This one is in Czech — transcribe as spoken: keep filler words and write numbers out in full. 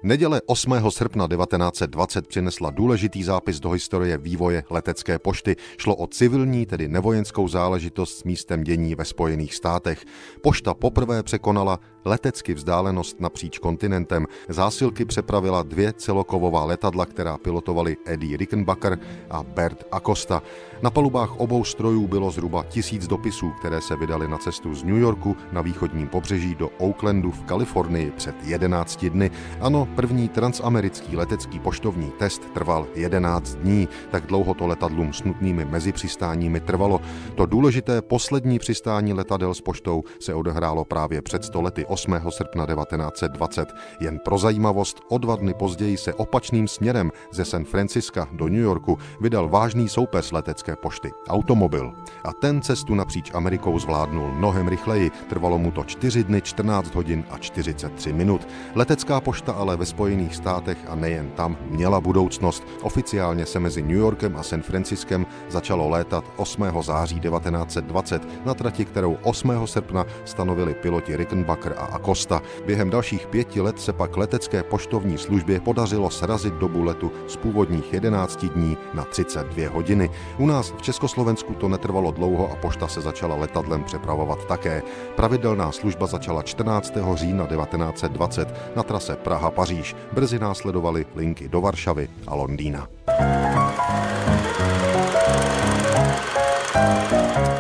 Neděle osmého srpna devatenáct set dvacet přinesla důležitý zápis do historie vývoje letecké pošty. Šlo o civilní, tedy nevojenskou záležitost s místem dění ve Spojených státech. Pošta poprvé překonala letecky vzdálenost napříč kontinentem. Zásilky přepravila dvě celokovová letadla, která pilotovali Eddie Rickenbacker a Bert Acosta. Na palubách obou strojů bylo zhruba tisíc dopisů, které se vydaly na cestu z New Yorku na východním pobřeží do Oaklandu v Kalifornii před jedenácti dny. Ano, první transamerický letecký poštovní test trval jedenáct dní, tak dlouho to letadlům s nutnými mezipřistáními trvalo. To důležité poslední přistání letadel s poštou se odehrálo právě před sto lety osmého srpna devatenáct set dvacet. Jen pro zajímavost, o dva dny později se opačným směrem ze San Francisca do New Yorku vydal vážný soupeř letecké pošty, automobil. A ten cestu napříč Amerikou zvládnul mnohem rychleji, trvalo mu to čtyři dny, čtrnáct hodin a čtyřicet tři minut. Letecká pošta ale ve Spojených státech a nejen tam měla budoucnost. Oficiálně se mezi New Yorkem a San Franciskem začalo létat osmého září devatenáct set dvacet na trati, kterou osmého srpna stanovili piloti Rickenbacker a Acosta. Během dalších pěti let se pak letecké poštovní službě podařilo srazit dobu letu z původních jedenácti dní na třicet dvě hodiny. U nás v Československu to netrvalo dlouho a pošta se začala letadlem přepravovat také. Pravidelná služba začala čtrnáctého října devatenáct set dvacet na trase Praha-Paříž. Brzy následovaly linky do Varšavy a Londýna.